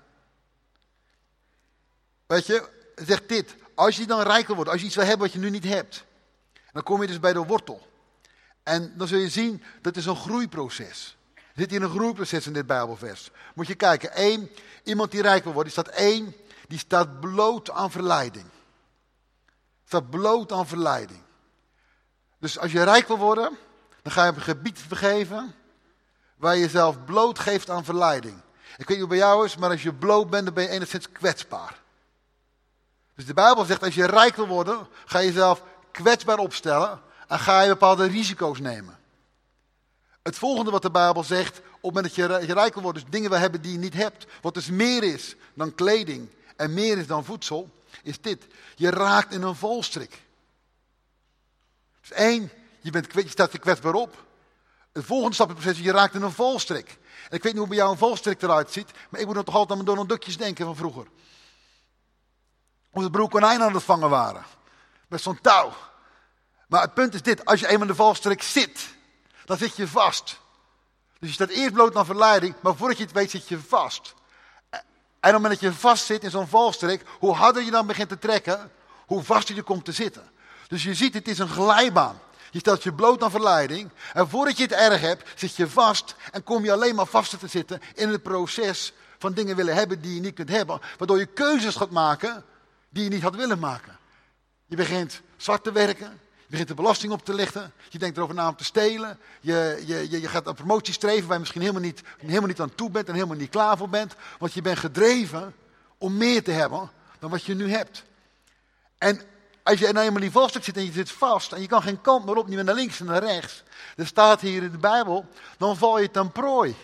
Weet je, het zegt dit. Als je dan rijk wil worden, als je iets wil hebben wat je nu niet hebt. Dan kom je dus bij de wortel. En dan zul je zien, dat is een groeiproces. Er zit hier een groeiproces in dit Bijbelvers. Moet je kijken, iemand die rijk wil worden, die staat bloot aan verleiding. Staat bloot aan verleiding. Dus als je rijk wil worden, dan ga je op een gebied begeven waar je jezelf bloot geeft aan verleiding. Ik weet niet hoe bij jou is, maar als je bloot bent, dan ben je enigszins kwetsbaar. Dus de Bijbel zegt, als je rijk wil worden, ga je jezelf kwetsbaar opstellen en ga je bepaalde risico's nemen. Het volgende wat de Bijbel zegt, op het moment dat je rijk wil worden, dus dingen wil hebben die je niet hebt, wat dus meer is dan kleding en meer is dan voedsel, is dit. Je raakt in een valstrik. Dus 1, je staat je kwetsbaar op. Het volgende stap in het proces is, je raakt in een valstrik. En ik weet niet hoe bij jou een valstrik eruit ziet, maar ik moet dan toch altijd aan mijn Donald Duckjes denken van vroeger. Of de broer konijnen aan het vangen waren. Met zo'n touw. Maar het punt is dit, als je eenmaal in de valstrik zit, dan zit je vast. Dus je staat eerst bloot aan verleiding, maar voordat je het weet zit je vast. En op het moment dat je vast zit in zo'n valstrik, hoe harder je dan begint te trekken, hoe vaster je komt te zitten. Dus je ziet, het is een glijbaan. Je stelt je bloot aan verleiding en voordat je het erg hebt, zit je vast en kom je alleen maar vast te zitten in het proces van dingen willen hebben die je niet kunt hebben. Waardoor je keuzes gaat maken die je niet had willen maken. Je begint zwart te werken. Je begint de belasting op te lichten. Je denkt erover na om te stelen. Je gaat een promotie streven waar je misschien helemaal niet aan toe bent en helemaal niet klaar voor bent. Want je bent gedreven om meer te hebben dan wat je nu hebt. En als je nou eenmaal in die valstrik zit en je zit vast en je kan geen kant meer op, niet meer naar links en naar rechts. Er staat hier in de Bijbel, dan val je ten prooi.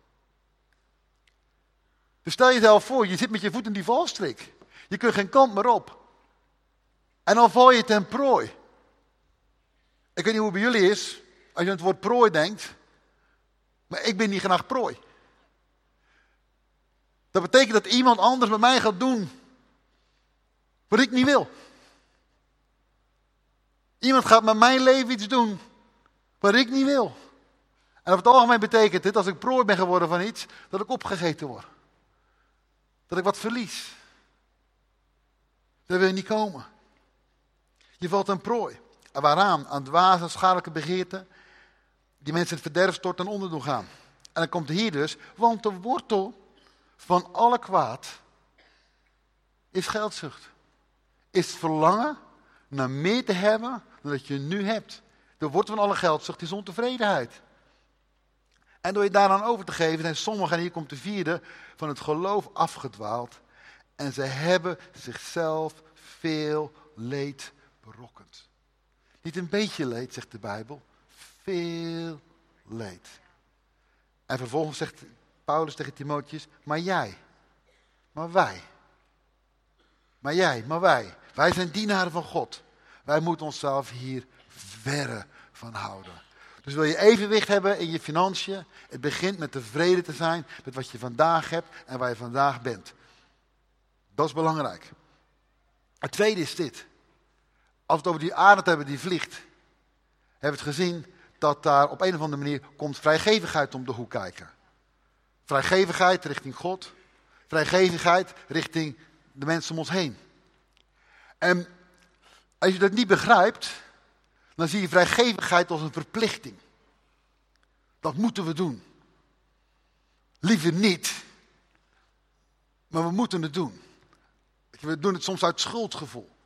Dus stel jezelf voor, je zit met je voet in die valstrik. Je kunt geen kant meer op. En dan val je ten prooi. Ik weet niet hoe het bij jullie is, als je aan het woord prooi denkt. Maar ik ben niet graag prooi. Dat betekent dat iemand anders met mij gaat doen wat ik niet wil. Iemand gaat met mijn leven iets doen wat ik niet wil. En over het algemeen betekent dit, als ik prooi ben geworden van iets, dat ik opgegeten word. Dat ik wat verlies. Daar wil je niet komen. Je valt een prooi. En waaraan? Aan dwaze, schadelijke begeerten die mensen het verderf storten en onder doen gaan. En dan komt hier dus, want de wortel van alle kwaad is geldzucht. Is het verlangen naar meer te hebben dan dat je nu hebt. De wortel van alle geldzucht is ontevredenheid. En door je daaraan over te geven zijn sommigen, en hier komt de vierde, van het geloof afgedwaald. En ze hebben zichzelf veel leed berokkend. Niet een beetje leed, zegt de Bijbel. Veel leed. En vervolgens zegt Paulus tegen Timotheus, maar jij, maar wij. Maar jij, maar wij. Wij zijn dienaren van God. Wij moeten onszelf hier verre van houden. Dus wil je evenwicht hebben in je financiën, het begint met tevreden te zijn met wat je vandaag hebt en waar je vandaag bent. Dat is belangrijk. Het tweede is dit. Als we het over die aarde hebben die vliegt, hebben we het gezien dat daar op een of andere manier komt vrijgevigheid om de hoek kijken. Vrijgevigheid richting God. Vrijgevigheid richting de mensen om ons heen. En als je dat niet begrijpt, dan zie je vrijgevigheid als een verplichting. Dat moeten we doen. Liever niet, maar we moeten het doen. We doen het soms uit schuldgevoel.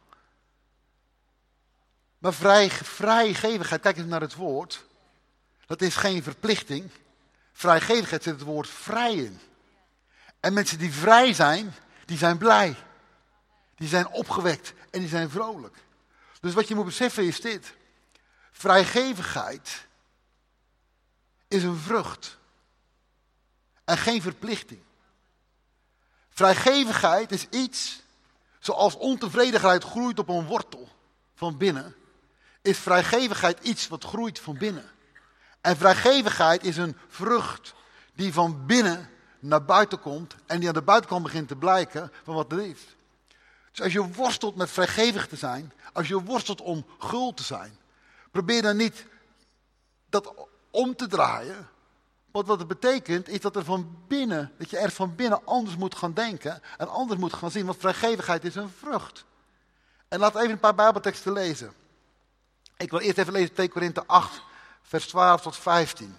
Maar vrijgevigheid, kijk eens naar het woord. Dat is geen verplichting. Vrijgevigheid zit het woord vrij in. En mensen die vrij zijn, die zijn blij. Die zijn opgewekt en die zijn vrolijk. Dus wat je moet beseffen is dit. Vrijgevigheid is een vrucht. En geen verplichting. Vrijgevigheid is iets, zoals ontevredenheid groeit op een wortel van binnen, is vrijgevigheid iets wat groeit van binnen. En vrijgevigheid is een vrucht die van binnen naar buiten komt en die aan de buitenkant begint te blijken van wat er is. Dus als je worstelt met vrijgevig te zijn, als je worstelt om gul te zijn, probeer dan niet dat om te draaien. Want wat het betekent is dat je er van binnen anders moet gaan denken en anders moet gaan zien, want vrijgevigheid is een vrucht. En laten we even een paar Bijbelteksten lezen. Ik wil eerst even lezen 2 Korinthe 8, vers 12 tot 15.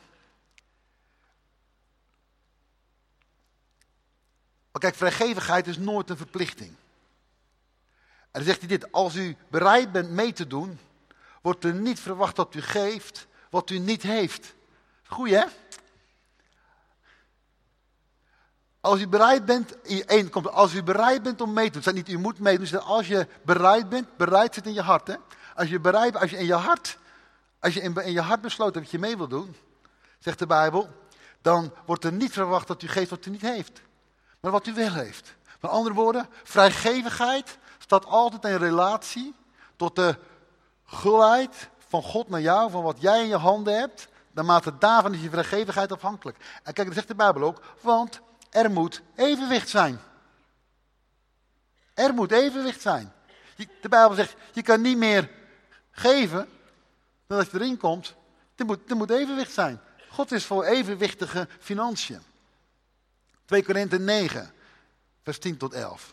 Maar kijk, vrijgevigheid is nooit een verplichting. En dan zegt hij dit, als u bereid bent mee te doen, wordt er niet verwacht dat u geeft wat u niet heeft. Goeie, hè? Als u bereid bent om mee te doen, het staat niet u moet meedoen, het staat als je bereid bent, bereid zit in je hart. Hè? Als je in je hart besloten dat je mee wil doen, zegt de Bijbel, dan wordt er niet verwacht dat u geeft wat u niet heeft. Maar wat u wel heeft. Met andere woorden, vrijgevigheid staat altijd in relatie tot de gulheid van God naar jou, van wat jij in je handen hebt. Naarmate daarvan is je vrijgevigheid afhankelijk. En kijk, dat zegt de Bijbel ook, want er moet evenwicht zijn. Er moet evenwicht zijn. De Bijbel zegt, je kan niet meer geven dan dat je erin komt. Er moet evenwicht zijn. God is voor evenwichtige financiën. 2 Korinthe 9, vers 10 tot 11.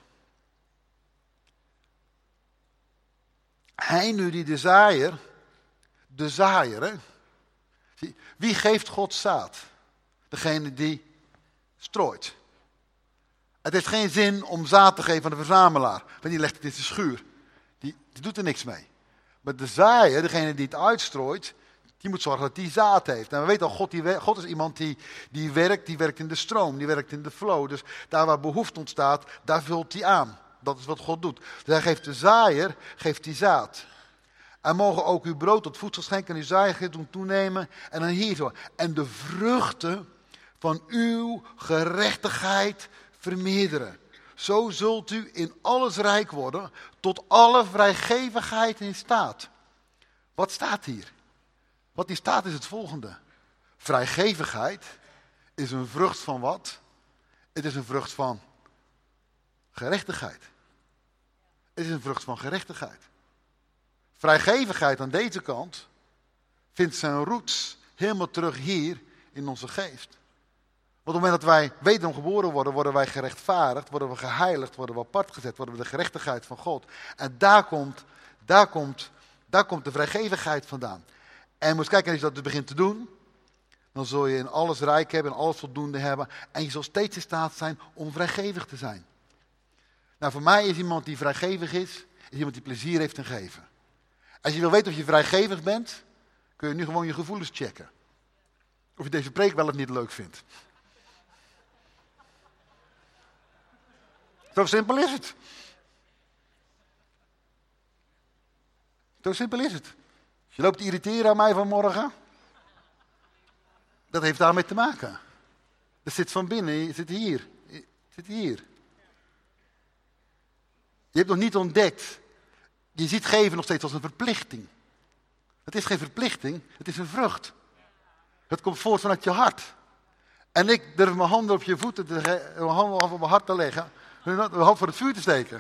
Hij nu die de zaaier, hè? Wie geeft God zaad? Degene die strooit. Het heeft geen zin om zaad te geven aan de verzamelaar. Want die legt het in zijn schuur. Die doet er niks mee. Maar de zaaier, degene die het uitstrooit, die moet zorgen dat die zaad heeft. En we weten al, God is iemand die werkt in de stroom, die werkt in de flow. Dus daar waar behoefte ontstaat, daar vult hij aan. Dat is wat God doet. Dus hij geeft de zaaier, geeft die zaad. En mogen ook uw brood tot voedsel schenken en uw zaaier doen toenemen. En dan hier zo. En de vruchten van uw gerechtigheid vermeerderen. Zo zult u in alles rijk worden, tot alle vrijgevigheid in staat. Wat staat hier? Wat hier staat is het volgende. Vrijgevigheid is een vrucht van wat? Het is een vrucht van gerechtigheid. Het is een vrucht van gerechtigheid. Vrijgevigheid aan deze kant vindt zijn roots helemaal terug hier in onze geest. Want op het moment dat wij wederom geboren worden, worden wij gerechtvaardigd, worden we geheiligd, worden we apart gezet, worden we de gerechtigheid van God. En daar komt de vrijgevigheid vandaan. En je moet kijken, als je dat dus begint te doen, dan zul je in alles rijk hebben en alles voldoende hebben. En je zal steeds in staat zijn om vrijgevig te zijn. Nou, voor mij is iemand die vrijgevig is iemand die plezier heeft in geven. Als je wil weten of je vrijgevig bent, kun je nu gewoon je gevoelens checken. Of je deze preek wel of niet leuk vindt. Zo simpel is het. Zo simpel is het. Je loopt te irriteren aan mij vanmorgen. Dat heeft daarmee te maken. Dat zit van binnen, je zit hier. Je zit hier. Je hebt nog niet ontdekt. Je ziet geven nog steeds als een verplichting. Het is geen verplichting, het is een vrucht. Het komt voort vanuit je hart. En ik durf mijn handen op je voeten, mijn handen op mijn hart te leggen. Mijn hand voor het vuur te steken.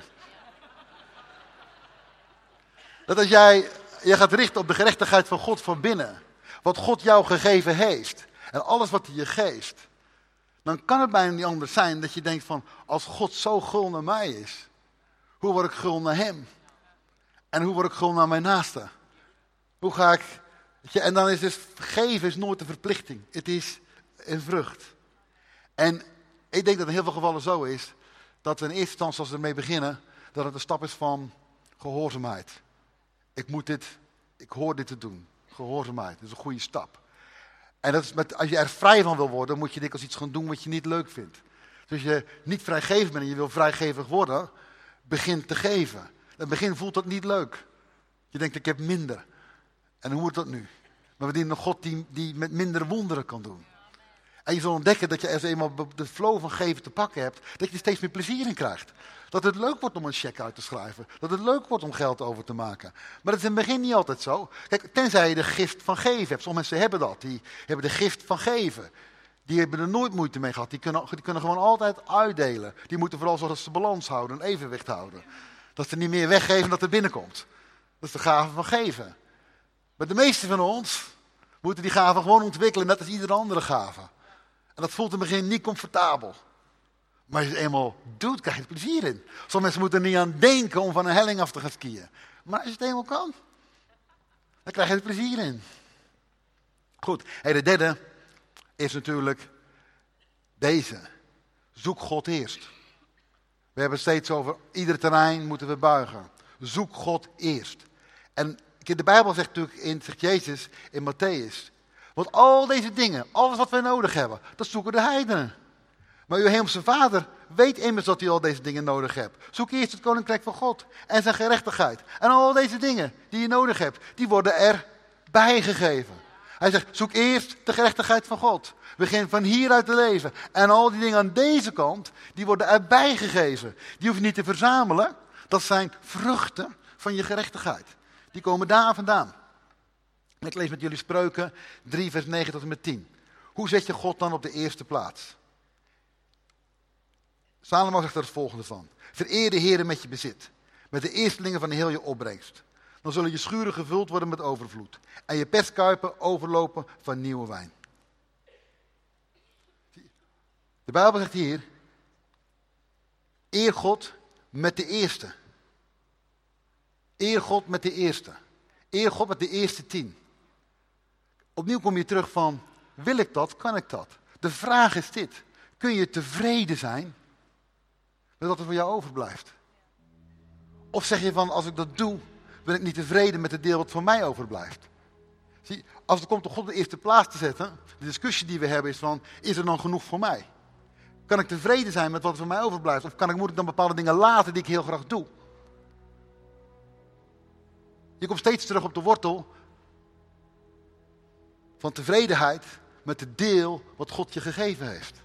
Dat als jij gaat richten op de gerechtigheid van God van binnen. Wat God jou gegeven heeft. En alles wat hij je geeft. Dan kan het bijna niet anders zijn dat je denkt van, als God zo gul naar mij is. Hoe word ik gul naar hem? En hoe word ik gul naar mijn naaste? Hoe ga ik... En dan is dus, geven is nooit een verplichting. Het is een vrucht. En ik denk dat in heel veel gevallen zo is, dat we in eerste instantie als we ermee beginnen, dat het een stap is van gehoorzaamheid. Ik moet dit Ik hoor dit te doen. Gehoorzaamheid, dat is een goede stap. En dat is als je er vrij van wil worden, moet je dikwijls iets gaan doen wat je niet leuk vindt. Dus als je niet vrijgevig bent en je wil vrijgevig worden, begin te geven. In het begin voelt dat niet leuk. Je denkt, ik heb minder. En hoe wordt dat nu? Maar we dienen een God die met minder wonderen kan doen. En je zal ontdekken dat je als eenmaal de flow van geven te pakken hebt, dat je er steeds meer plezier in krijgt. Dat het leuk wordt om een cheque uit te schrijven. Dat het leuk wordt om geld over te maken. Maar dat is in het begin niet altijd zo. Kijk, tenzij je de gift van geven hebt. Sommige mensen hebben dat. Die hebben de gift van geven. Die hebben er nooit moeite mee gehad. Die kunnen gewoon altijd uitdelen. Die moeten vooral zorgen dat ze de balans houden, een evenwicht houden. Dat ze niet meer weggeven dan dat er binnenkomt. Dat is de gave van geven. Maar de meeste van ons moeten die gave gewoon ontwikkelen, net als iedere andere gave. En dat voelt in het begin niet comfortabel. Maar als je het eenmaal doet, krijg je er plezier in. Sommige mensen moeten er niet aan denken om van een helling af te gaan skiën. Maar als je het eenmaal kan, dan krijg je er plezier in. Goed, de derde is natuurlijk deze. Zoek God eerst. We hebben het steeds over, ieder terrein moeten we buigen. Zoek God eerst. En de Bijbel zegt natuurlijk, zegt Jezus in Matthäus. Want al deze dingen, alles wat wij nodig hebben, dat zoeken de heidenen. Maar uw hemelse Vader weet immers dat u al deze dingen nodig hebt. Zoek eerst het koninkrijk van God en zijn gerechtigheid. En al deze dingen die je nodig hebt, die worden erbij gegeven. Hij zegt, zoek eerst de gerechtigheid van God. Begin van hieruit te leven. En al die dingen aan deze kant, die worden erbij gegeven. Die hoef je niet te verzamelen. Dat zijn vruchten van je gerechtigheid. Die komen daar vandaan. En ik lees met jullie Spreuken 3 vers 9 tot en met 10. Hoe zet je God dan op de eerste plaats? Salomo zegt er het volgende van. Vereer de Heere met je bezit. Met de eerstelingen van heel je opbrengst. Dan zullen je schuren gevuld worden met overvloed. En je perskuipen overlopen van nieuwe wijn. De Bijbel zegt hier. Eer God met de eerste. Eer God met de eerste. Eer God met de eerste 10. Opnieuw kom je terug van, wil ik dat, kan ik dat? De vraag is dit. Kun je tevreden zijn met wat er voor jou overblijft? Of zeg je van, als ik dat doe, ben ik niet tevreden met het deel wat voor mij overblijft? Zie, als het komt om God op de eerste plaats te zetten, de discussie die we hebben is van, is er dan genoeg voor mij? Kan ik tevreden zijn met wat er voor mij overblijft? Of moet ik dan bepaalde dingen laten die ik heel graag doe? Je komt steeds terug op de wortel van tevredenheid met het deel wat God je gegeven heeft.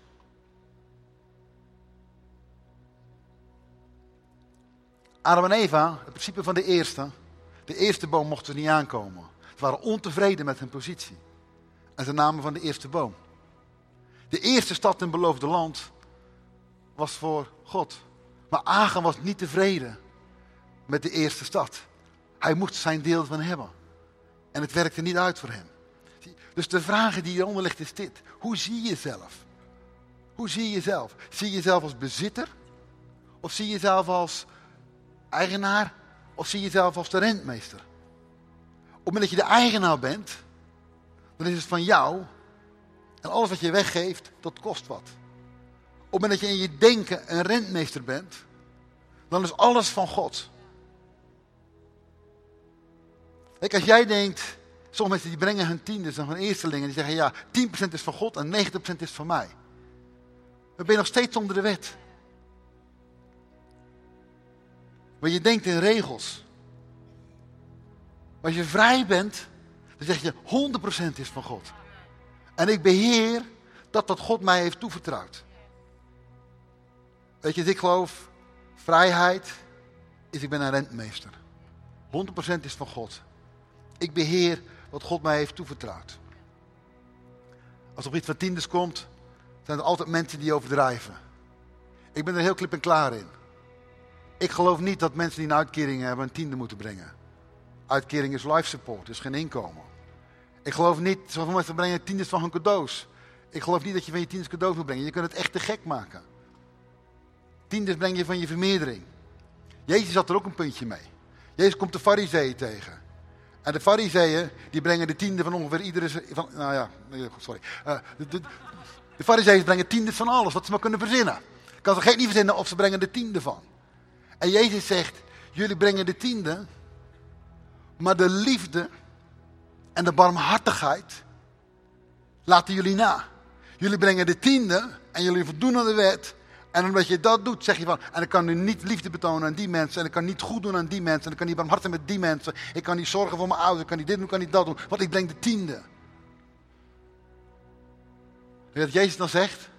Adam en Eva, het principe van de eerste boom mochten ze niet aankomen. Ze waren ontevreden met hun positie. En ze namen van de eerste boom. De eerste stad in het beloofde land was voor God. Maar Agan was niet tevreden met de eerste stad. Hij moest zijn deel van hebben. En het werkte niet uit voor hem. Dus de vraag die hieronder ligt is dit. Hoe zie je jezelf? Hoe zie je jezelf? Zie je jezelf als bezitter? Of zie je jezelf als eigenaar? Of zie je jezelf als de rentmeester? Op het moment dat je de eigenaar bent, dan is het van jou. En alles wat je weggeeft, dat kost wat. Op het moment dat je in je denken een rentmeester bent, dan is alles van God. Kijk, als jij denkt, sommige mensen die brengen hun tiendes en hun eerstelingen, die zeggen ja, 10% is van God en 90% is van mij. Dan ben je nog steeds onder de wet. Maar je denkt in regels. Maar als je vrij bent, dan zeg je 100% is van God. En ik beheer dat wat God mij heeft toevertrouwd. Weet je, ik geloof, vrijheid is ik ben een rentmeester. 100% is van God. Ik beheer wat God mij heeft toevertrouwd. Als er op iets van tiendes komt, zijn er altijd mensen die overdrijven. Ik ben er heel klip en klaar in. Ik geloof niet dat mensen die een uitkering hebben een tiende moeten brengen. Uitkering is life support, is geen inkomen. Ik geloof niet, zoveel mensen brengen tiendes van hun cadeaus. Ik geloof niet dat je van je tiendes cadeaus moet brengen. Je kunt het echt te gek maken. Tiendes breng je van je vermeerdering. Jezus had er ook een puntje mee. Jezus komt de Farizeeën tegen. En de Farizeeën, die brengen de tiende van ongeveer iedere... De Farizeeën brengen tiendes van alles, wat ze maar kunnen verzinnen. Kan ze gek niet verzinnen of ze brengen de tiende van. En Jezus zegt, jullie brengen de tiende, Maar de liefde en de barmhartigheid laten jullie na. Jullie brengen de 10e en jullie voldoen aan de wet. En omdat je dat doet, zeg je van, en ik kan nu niet liefde betonen aan die mensen. En ik kan niet goed doen aan die mensen. En ik kan niet barmhartig met die mensen. Ik kan niet zorgen voor mijn ouders. Ik kan niet dit doen, ik kan niet dat doen. Want ik breng de 10e. Weet je wat Jezus dan zegt?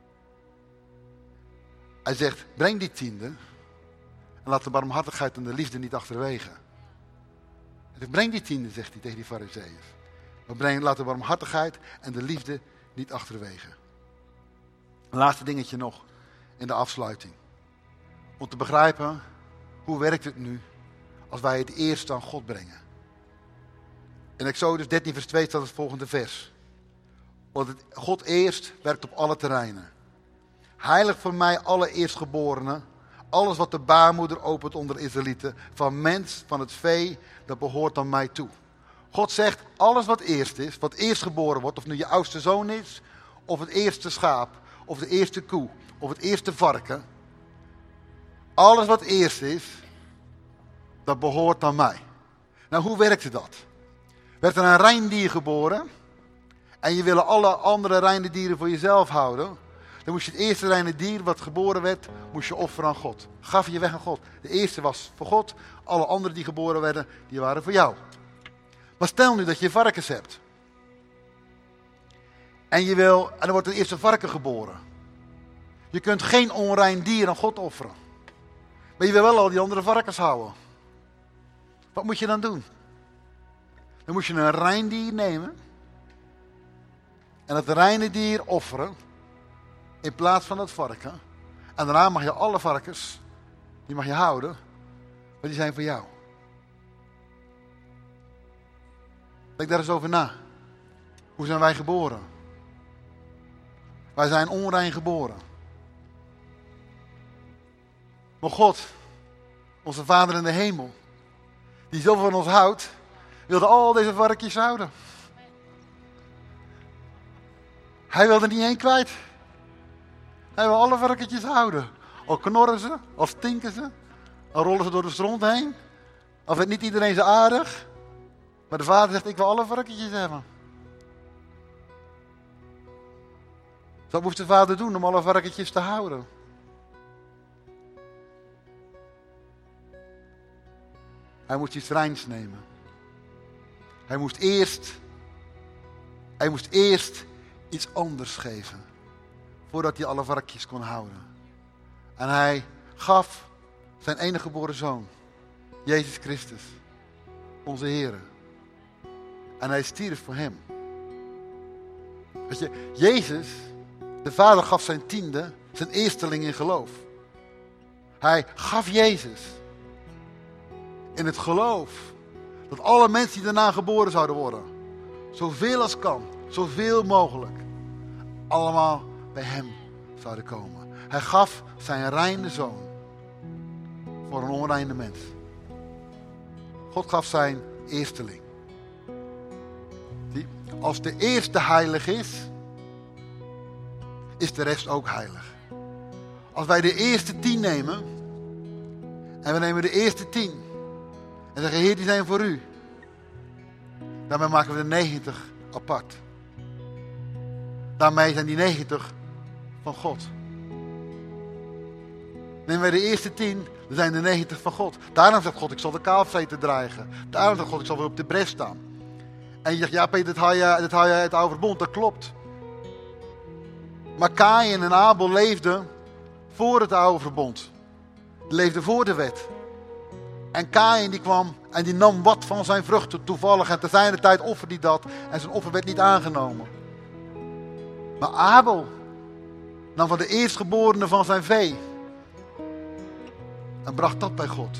Hij zegt, breng die 10e. En laat de barmhartigheid en de liefde niet achterwege. Hij zegt, breng die 10e, zegt hij tegen die Farizeeën. Maar laat de barmhartigheid en de liefde niet achterwege. Een laatste dingetje nog in de afsluiting. Om te begrijpen, hoe werkt het nu als wij het eerst aan God brengen. In Exodus 13 vers 2 staat het volgende vers. Want God eerst werkt op alle terreinen. Heilig voor mij alle eerstgeborenen. Alles wat de baarmoeder opent onder de Israëlieten. Van mens, van het vee, dat behoort aan mij toe. God zegt, alles wat eerst is, wat eerst geboren wordt. Of nu je oudste zoon is, of het eerste schaap, of de eerste koe, of het eerste varken. Alles wat eerst is, dat behoort aan mij. Nou, hoe werkte dat? Werd er een reindier geboren en je wilde alle andere reine dieren voor jezelf houden, dan moest je het eerste reine dier wat geboren werd, moest je offeren aan God. Gaf je weg aan God. De eerste was voor God, alle anderen die geboren werden, die waren voor jou. Maar stel nu dat je varkens hebt. En er wordt een eerste varken geboren. Je kunt geen onrein dier aan God offeren. Maar je wil wel al die andere varkens houden. Wat moet je dan doen? Dan moet je een rein dier nemen. En dat reine dier offeren. In plaats van dat varken. En daarna mag je alle varkens, die mag je houden. Want die zijn voor jou. Denk daar eens over na. Hoe zijn wij geboren? Wij zijn onrein geboren. Maar God, onze Vader in de hemel, die zoveel van ons houdt, wilde al deze varkens houden. Hij wilde er niet één kwijt. Hij wil alle varkentjes houden. Al knorren ze, al stinken ze, al rollen ze door de stront heen. Al vindt niet iedereen ze aardig. Maar de Vader zegt, ik wil alle varkentjes hebben. Wat moest de Vader doen om alle varkentjes te houden? Hij moest iets reins nemen. Hij moest eerst iets anders geven. Voordat hij alle varkens kon houden. En hij gaf zijn enige geboren zoon. Jezus Christus. Onze Heer. En hij stierf voor hem. Weet je, Jezus, de Vader gaf zijn 10e, zijn eersteling in geloof. Hij gaf Jezus. In het geloof dat alle mensen die daarna geboren zouden worden, zoveel als kan, zoveel mogelijk, allemaal bij hem zouden komen. Hij gaf zijn reine zoon voor een onreine mens. God gaf zijn eersteling. Zie, als de eerste heilig is, is de rest ook heilig. Als wij de eerste 10 nemen, en we nemen de eerste 10, en zeggen, Heer, die zijn voor u. Daarmee maken we de 90 apart. Daarmee zijn die 90 van God. Nemen wij de eerste 10, dan zijn de 90 van God. Daarom zegt God, ik zal de kalfsveten dreigen. Daarom zegt God, ik zal weer op de bres staan. En je zegt, ja Peter, dat haal je uit het oude verbond. Dat klopt. Maar Kaïn en Abel leefden voor het oude verbond. Die leefden voor de wet. En Kaïn die kwam en die nam wat van zijn vruchten toevallig. En te zijner tijd offerde hij dat. En zijn offer werd niet aangenomen. Maar Abel nam van de eerstgeborene van zijn vee. En bracht dat bij God.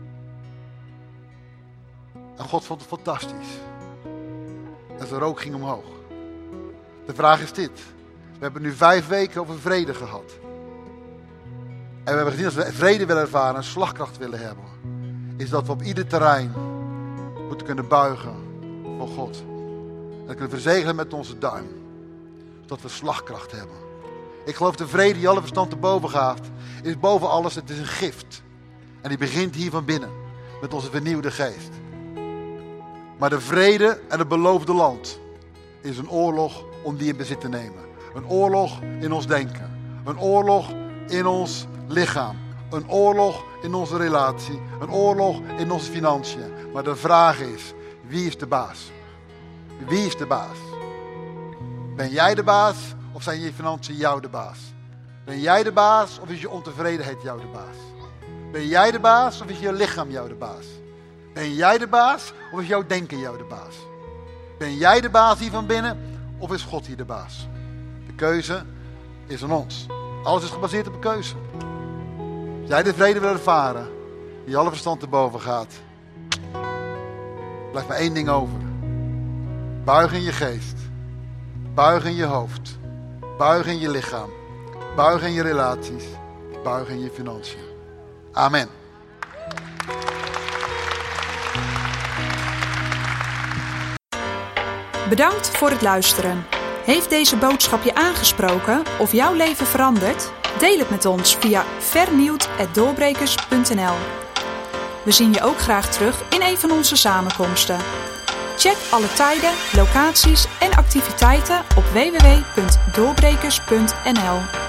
En God vond het fantastisch. En zijn rook ging omhoog. De vraag is dit. We hebben nu 5 weken over vrede gehad. En we hebben gezien dat we vrede willen ervaren en slagkracht willen hebben. Is dat we op ieder terrein moeten kunnen buigen voor God. En dat kunnen verzegelen met onze duim. Zodat we slagkracht hebben. Ik geloof de vrede die alle verstand te boven gaat. Is boven alles, het is een gift. En die begint hier van binnen. Met onze vernieuwde geest. Maar de vrede en het beloofde land is een oorlog om die in bezit te nemen. Een oorlog in ons denken. Een oorlog in ons lichaam. Een oorlog in onze relatie. Een oorlog in onze financiën. Maar de vraag is, wie is de baas? Wie is de baas? Ben jij de baas of zijn je financiën jou de baas? Ben jij de baas of is je ontevredenheid jou de baas? Ben jij de baas of is je lichaam jou de baas? Ben jij de baas of is jouw denken jou de baas? Ben jij de baas hier van binnen of is God hier de baas? De keuze is aan ons. Alles is gebaseerd op een keuze. Als jij de vrede wil ervaren, die alle verstand te boven gaat, blijft maar één ding over. Buig in je geest. Buig in je hoofd. Buig in je lichaam. Buig in je relaties. Buig in je financiën. Amen. Bedankt voor het luisteren. Heeft deze boodschap je aangesproken of jouw leven veranderd? Deel het met ons via vernieuwd@doorbrekers.nl. We zien je ook graag terug in een van onze samenkomsten. Check alle tijden, locaties en activiteiten op www.doorbrekers.nl.